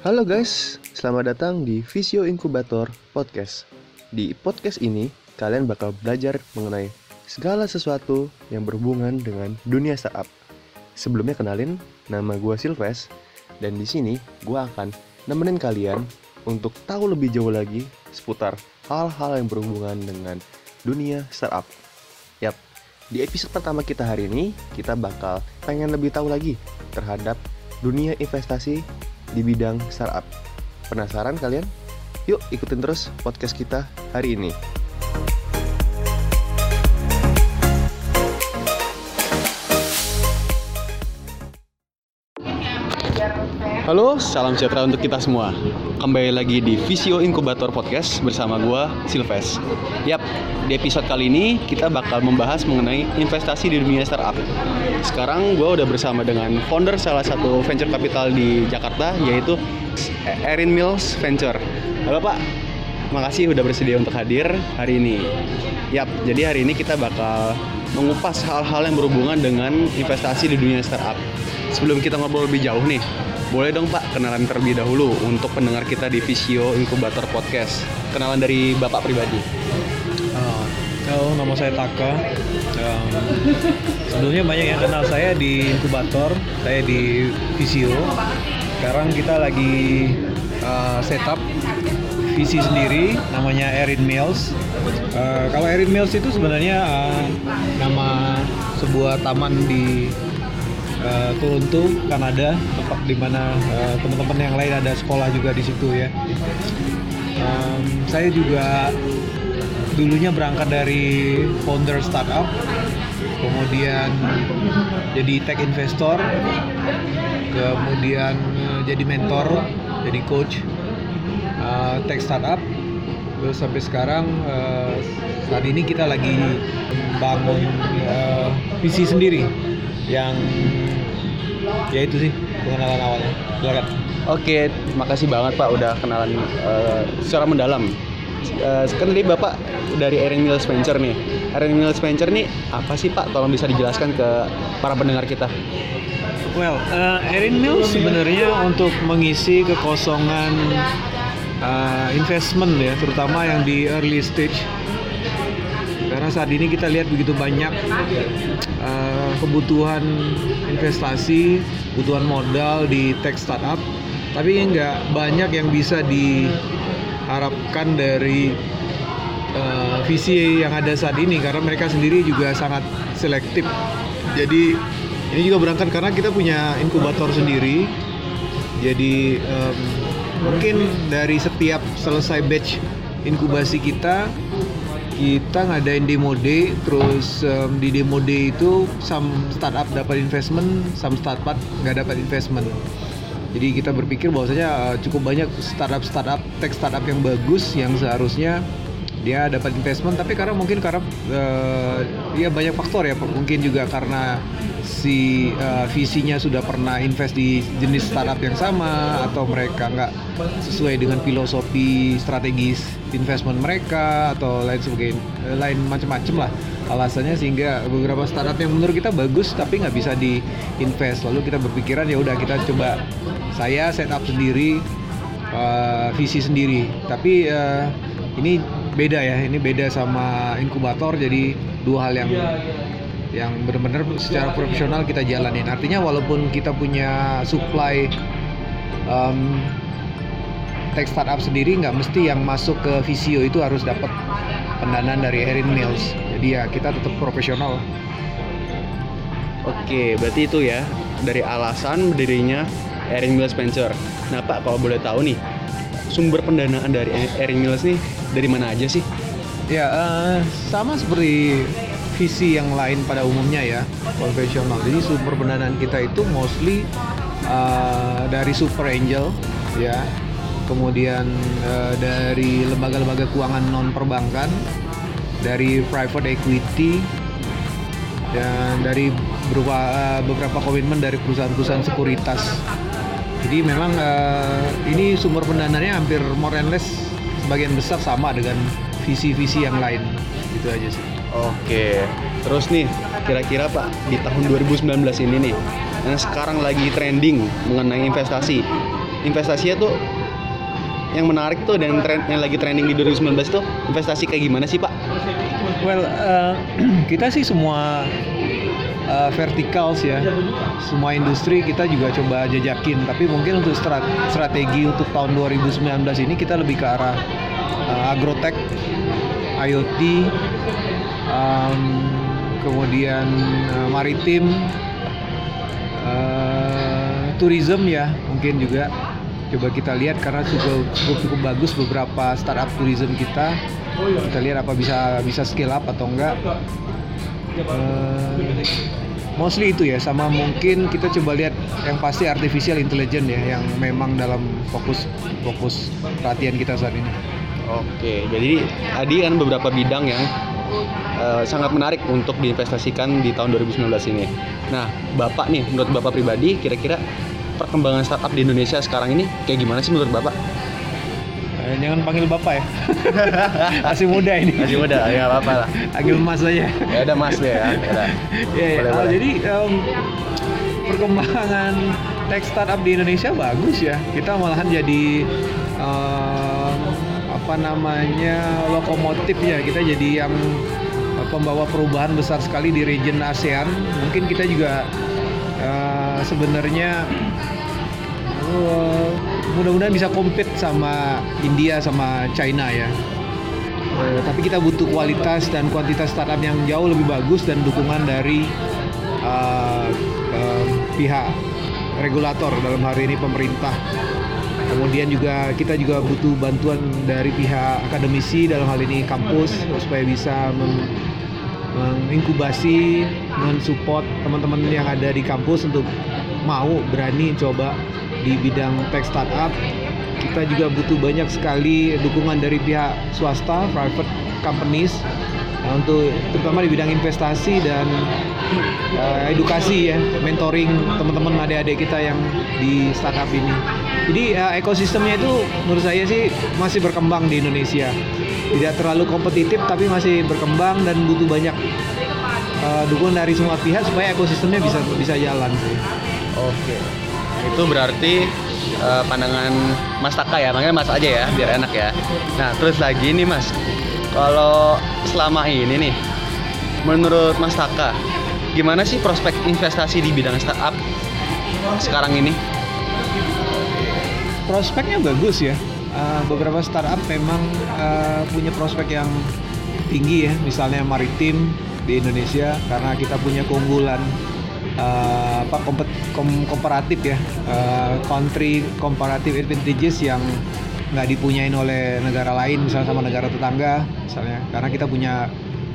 Halo guys, selamat datang di Visio Inkubator Podcast. Di podcast ini, kalian bakal belajar mengenai segala sesuatu yang berhubungan dengan dunia startup. Sebelumnya kenalin, nama gue Silves, dan di sini gue akan nemenin kalian untuk tahu lebih jauh lagi seputar hal-hal yang berhubungan dengan dunia startup. Yap, di episode pertama kita hari ini, kita bakal pengen lebih tahu lagi terhadap dunia investasi di bidang startup. Penasaran kalian? Yuk ikutin terus podcast kita hari ini. Halo, salam sejahtera untuk kita semua. Kembali lagi di Visio Inkubator Podcast bersama gua, Silves. Yap, di episode kali ini kita bakal membahas mengenai investasi di dunia startup. Sekarang gua udah bersama dengan founder salah satu venture capital di Jakarta, yaitu Erin Mills Venture. Halo Pak, makasih udah bersedia untuk hadir hari ini. Yap, jadi hari ini kita bakal mengupas hal-hal yang berhubungan dengan investasi di dunia startup. Sebelum kita ngobrol lebih jauh nih, boleh dong Pak kenalan terlebih dahulu untuk pendengar kita di Visio Inkubator Podcast. Kenalan dari Bapak pribadi. Halo, nama saya Taka. Sebelumnya banyak yang kenal saya di Inkubator, saya di Visio. Sekarang kita lagi setup visi sendiri, namanya Erin Mills. Kalau Erin Mills itu sebenarnya nama sebuah taman di Toronto, Kanada, tempat di mana teman-teman yang lain ada sekolah juga di situ ya. Saya juga dulunya berangkat dari founder startup, kemudian jadi tech investor, kemudian jadi mentor, jadi coach tech startup. Terus sampai sekarang saat ini kita lagi bangun visi sendiri yang ya itu sih pengenalan awalnya. Silakan. Oke, makasih banget Pak udah kenalan secara mendalam. Kan tadi Bapak dari Erin Mills Venture nih. Erin Mills Venture nih apa sih Pak? Tolong bisa dijelaskan ke para pendengar kita. Well, Erin Mills sebenarnya untuk mengisi kekosongan investment ya, terutama yang di early stage. Karena saat ini kita lihat begitu banyak kebutuhan investasi, kebutuhan modal di tech startup, tapi nggak banyak yang bisa diharapkan dari visi yang ada saat ini, karena mereka sendiri juga sangat selektif. Jadi ini juga berangkat karena kita punya inkubator sendiri. Jadi mungkin dari setiap selesai batch inkubasi kita ngadain demo day, terus di demo day itu some startup dapat investment, some startup nggak dapat investment. Jadi kita berpikir bahwasanya cukup banyak startup tech startup yang bagus yang seharusnya dia dapat investment, tapi karena ya banyak faktor ya, mungkin juga karena si visinya sudah pernah invest di jenis startup yang sama, atau mereka nggak sesuai dengan filosofi strategis investment mereka, atau lain macam-macam lah alasannya, sehingga beberapa startup yang menurut kita bagus tapi nggak bisa di-invest. Lalu kita berpikiran ya udah kita coba saya set up sendiri visi sendiri, tapi ini beda sama inkubator. Jadi dua hal yang benar-benar secara profesional kita jalanin. Artinya walaupun kita punya supply tech startup sendiri, nggak mesti yang masuk ke Visio itu harus dapat pendanaan dari Erin Mills. Jadi ya kita tetap profesional. Oke, berarti itu ya dari alasan berdirinya Erin Mills Venture. Nah Pak, kalau boleh tahu nih, sumber pendanaan dari Erin Mills nih dari mana aja sih? Ya sama seperti visi yang lain pada umumnya ya, konvensional. Jadi sumber pendanaan kita itu mostly dari super angel ya, kemudian dari lembaga-lembaga keuangan non perbankan, dari private equity, dan dari beberapa komitmen dari perusahaan-perusahaan sekuritas. Jadi memang ini sumber pendanaannya hampir more and less sebagian besar sama dengan visi-visi yang lain. Itu aja sih. Oke, terus nih kira-kira Pak di tahun 2019 ini nih yang sekarang lagi trending mengenai investasi, investasinya tuh yang menarik tuh dan yang lagi trending di 2019 tuh investasi kayak gimana sih Pak? Well, kita sih semua verticals ya, semua industri kita juga coba jajakin. Tapi mungkin untuk strategi untuk tahun 2019 ini kita lebih ke arah agrotech, IoT, kemudian maritim, tourism ya mungkin juga. Coba kita lihat karena cukup bagus beberapa startup tourism kita. Kita lihat apa bisa scale up atau enggak. Mostly itu ya, sama mungkin kita coba lihat yang pasti artificial intelligence ya, yang memang dalam fokus perhatian kita saat ini. Oke, jadi tadi kan beberapa bidang yang sangat menarik untuk diinvestasikan di tahun 2019 ini. Nah, Bapak nih, menurut Bapak pribadi, kira-kira perkembangan startup di Indonesia sekarang ini kayak gimana sih menurut Bapak? Jangan panggil Bapak ya. Masih muda ini. Masih muda, ya apa-apa lah. Panggil Mas aja. Ya udah Mas deh ya. Boleh. Jadi perkembangan tech startup di Indonesia bagus ya. Kita malahan jadi lokomotif ya. Kita jadi yang pembawa perubahan besar sekali di region ASEAN. Mungkin kita juga sebenarnya mudah-mudahan bisa compete sama India sama China ya. Tapi kita butuh kualitas dan kuantitas startup yang jauh lebih bagus dan dukungan dari pihak regulator, dalam hari ini pemerintah. Kemudian juga kita juga butuh bantuan dari pihak akademisi, dalam hal ini kampus, supaya bisa menginkubasi, mensupport teman-teman yang ada di kampus untuk mau berani coba di bidang tech startup. Kita juga butuh banyak sekali dukungan dari pihak swasta, private companies, untuk terutama di bidang investasi dan edukasi ya, mentoring teman-teman adik-adik kita yang di startup ini. Jadi ekosistemnya itu menurut saya sih masih berkembang di Indonesia. Tidak terlalu kompetitif tapi masih berkembang dan butuh banyak dukungan dari semua pihak supaya ekosistemnya bisa jalan sih. Oke. Itu berarti pandangan Mas Taka ya, makanya Mas aja ya biar enak ya. Nah terus lagi nih Mas, kalau selama ini nih menurut Mas Taka gimana sih prospek investasi di bidang startup sekarang ini? Prospeknya bagus ya. Beberapa startup memang punya prospek yang tinggi ya, misalnya maritim di Indonesia karena kita punya keunggulan komparatif ya, country comparative advantages yang nggak dipunyain oleh negara lain, misalnya sama negara tetangga misalnya, karena kita punya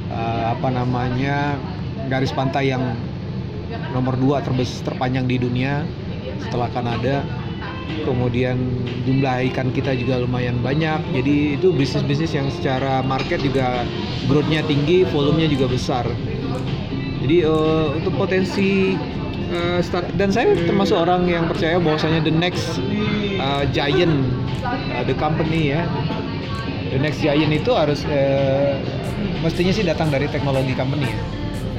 garis pantai yang nomor 2 terpanjang di dunia setelah Kanada. Kemudian jumlah ikan kita juga lumayan banyak, jadi itu bisnis-bisnis yang secara market juga growth-nya tinggi, volumenya juga besar. Jadi untuk potensi dan saya termasuk orang yang percaya bahwasanya the next giant, the company ya, the next giant itu harus mestinya sih datang dari teknologi company ya.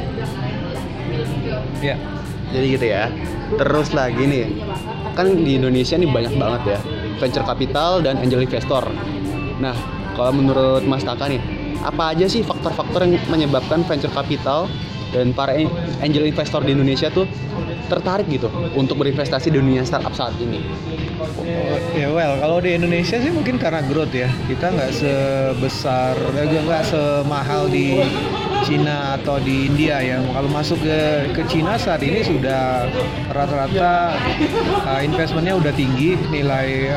Ya. Jadi gitu ya. Terus lagi nih, kan di Indonesia nih banyak banget ya venture capital dan angel investor. Nah, kalau menurut Mas Taka nih, apa aja sih faktor-faktor yang menyebabkan venture capital dan para angel investor di Indonesia tuh tertarik gitu untuk berinvestasi di dunia startup saat ini? Kalau di Indonesia sih mungkin karena growth ya. Kita nggak semahal di Cina atau di India ya. Kalau masuk ke Cina saat ini sudah rata-rata investmentnya udah tinggi, nilai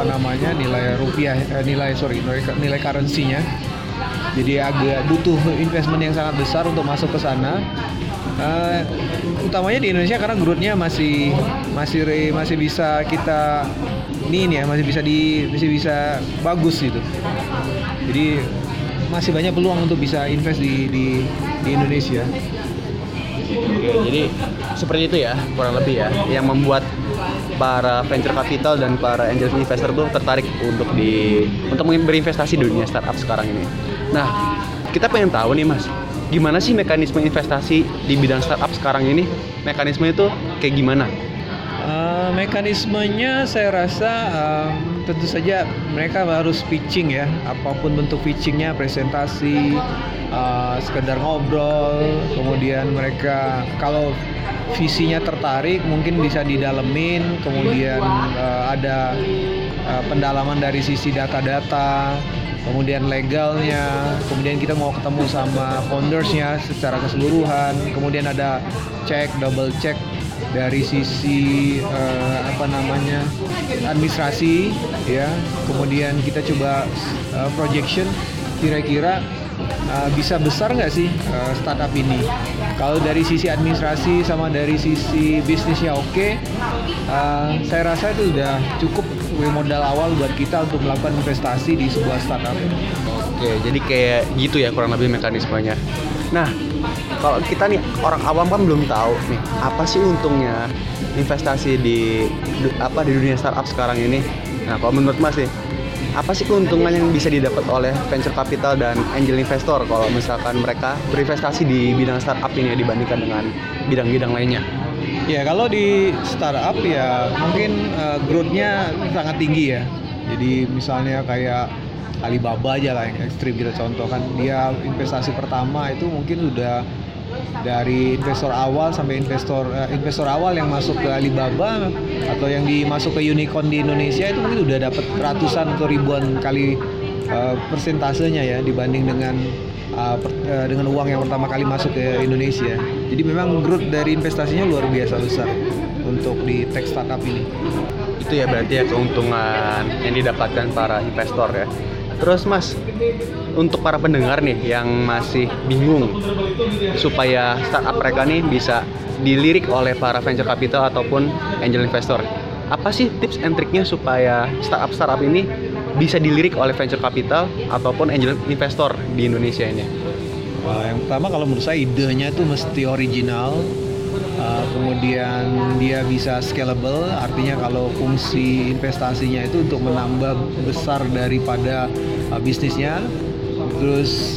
nilai currency-nya. Jadi agak butuh investment yang sangat besar untuk masuk ke sana. Utamanya di Indonesia karena growth-nya masih bisa kita masih bisa bagus gitu. Jadi masih banyak peluang untuk bisa invest di Indonesia. Oke, jadi seperti itu ya kurang lebih ya yang membuat para venture capital dan para angel investor tuh tertarik untuk berinvestasi di dunia startup sekarang ini. Nah, kita pengen tahu nih Mas, gimana sih mekanisme investasi di bidang startup sekarang ini? Mekanisme itu kayak gimana? Mekanismenya saya rasa tentu saja mereka harus pitching ya, apapun bentuk pitchingnya, presentasi, sekedar ngobrol, kemudian mereka kalau visinya tertarik mungkin bisa didalemin, kemudian ada pendalaman dari sisi data-data, kemudian legalnya, kemudian kita mau ketemu sama foundersnya secara keseluruhan, kemudian ada double check dari sisi administrasi ya, kemudian kita coba projection kira-kira bisa besar nggak sih startup ini. Kalau dari sisi administrasi sama dari sisi bisnisnya oke, saya rasa itu sudah cukup modal awal buat kita untuk melakukan investasi di sebuah startup. Oke, jadi kayak gitu ya kurang lebih mekanismenya. Nah, kalau kita nih orang awam kan belum tahu nih apa sih untungnya investasi di dunia startup sekarang ini. Nah, kalau menurut Mas nih, apa sih keuntungan yang bisa didapat oleh venture capital dan angel investor kalau misalkan mereka berinvestasi di bidang startup ini dibandingkan dengan bidang-bidang lainnya? Ya, kalau di startup ya mungkin growth-nya sangat tinggi ya. Jadi misalnya kayak Alibaba aja lah yang ekstrim kita contohkan, dia investasi pertama itu mungkin sudah dari investor awal sampai investor awal yang masuk ke Alibaba atau yang dimasuk ke unicorn di Indonesia itu mungkin udah dapat ratusan atau ribuan kali persentasenya ya dibanding dengan uang yang pertama kali masuk ke Indonesia. Jadi memang growth dari investasinya luar biasa besar untuk di tech startup ini. Itu ya berarti ya keuntungan yang didapatkan para investor ya. Terus Mas, untuk para pendengar nih yang masih bingung supaya startup mereka nih bisa dilirik oleh para venture capital ataupun angel investor, apa sih tips and triknya supaya startup ini bisa dilirik oleh venture capital ataupun angel investor di Indonesia ini? Yang pertama kalau menurut saya idenya itu mesti original, kemudian dia bisa scalable, artinya kalau fungsi investasinya itu untuk menambah besar daripada bisnisnya, terus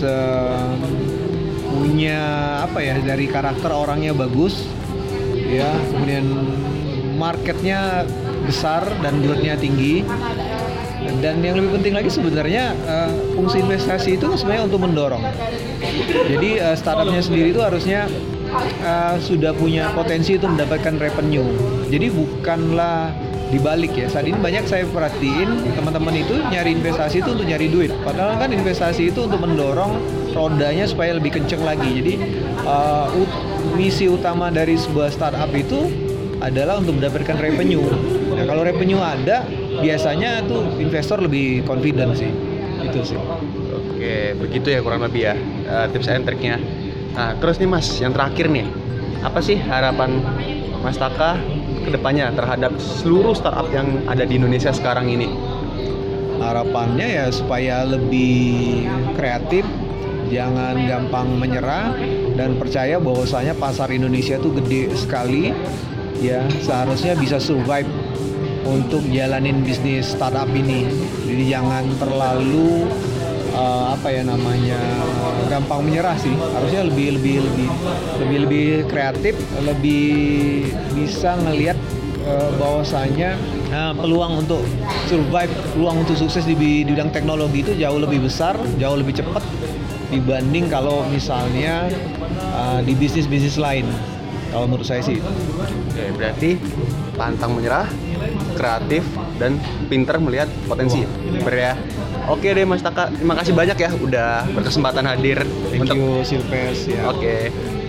punya dari karakter orangnya bagus ya, kemudian marketnya besar dan growth-nya tinggi. Dan yang lebih penting lagi sebenarnya fungsi investasi itu sebenarnya untuk mendorong. Jadi startupnya sendiri itu harusnya sudah punya potensi untuk mendapatkan revenue. Jadi bukanlah dibalik ya. Saat ini banyak saya perhatiin teman-teman itu nyari investasi itu untuk nyari duit. Padahal kan investasi itu untuk mendorong rodanya supaya lebih kenceng lagi. Jadi misi utama dari sebuah startup itu adalah untuk mendapatkan revenue. Nah, kalau revenue ada, biasanya tuh investor lebih confident sih. Itu sih. Oke, begitu ya kurang lebih ya tips and triknya. Nah, terus nih Mas, yang terakhir nih, apa sih harapan Mas Taka ke depannya terhadap seluruh startup yang ada di Indonesia sekarang ini? Harapannya ya supaya lebih kreatif, jangan gampang menyerah, dan percaya bahwasanya pasar Indonesia tuh gede sekali ya, seharusnya bisa survive untuk jalanin bisnis startup ini. Jadi jangan terlalu gampang menyerah sih. Harusnya lebih kreatif, lebih bisa ngelihat bahwasanya peluang untuk survive, peluang untuk sukses di bidang teknologi itu jauh lebih besar, jauh lebih cepat dibanding kalau misalnya di bisnis lain. Kalau menurut saya sih. Oke, berarti pantang menyerah, kreatif, dan pintar melihat potensi. Ya. Oke deh Mas Taka, terima kasih banyak ya udah berkesempatan hadir. Thank you Silves ya. Oke.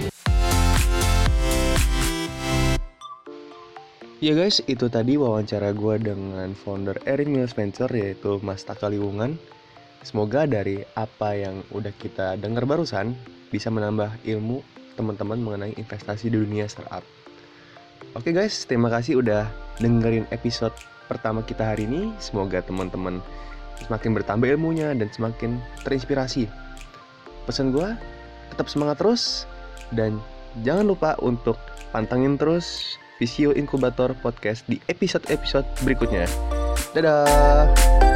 Ya guys, itu tadi wawancara gue dengan founder Erin Mills Venture yaitu Mas Taka Liwungan. Semoga dari apa yang udah kita dengar barusan bisa menambah ilmu teman-teman mengenai investasi di dunia startup. Oke guys, terima kasih udah dengerin episode pertama kita hari ini. Semoga teman-teman semakin bertambah ilmunya dan semakin terinspirasi. Pesan gue, tetap semangat terus dan jangan lupa untuk pantengin terus Visio Inkubator Podcast di episode-episode berikutnya. Dadah!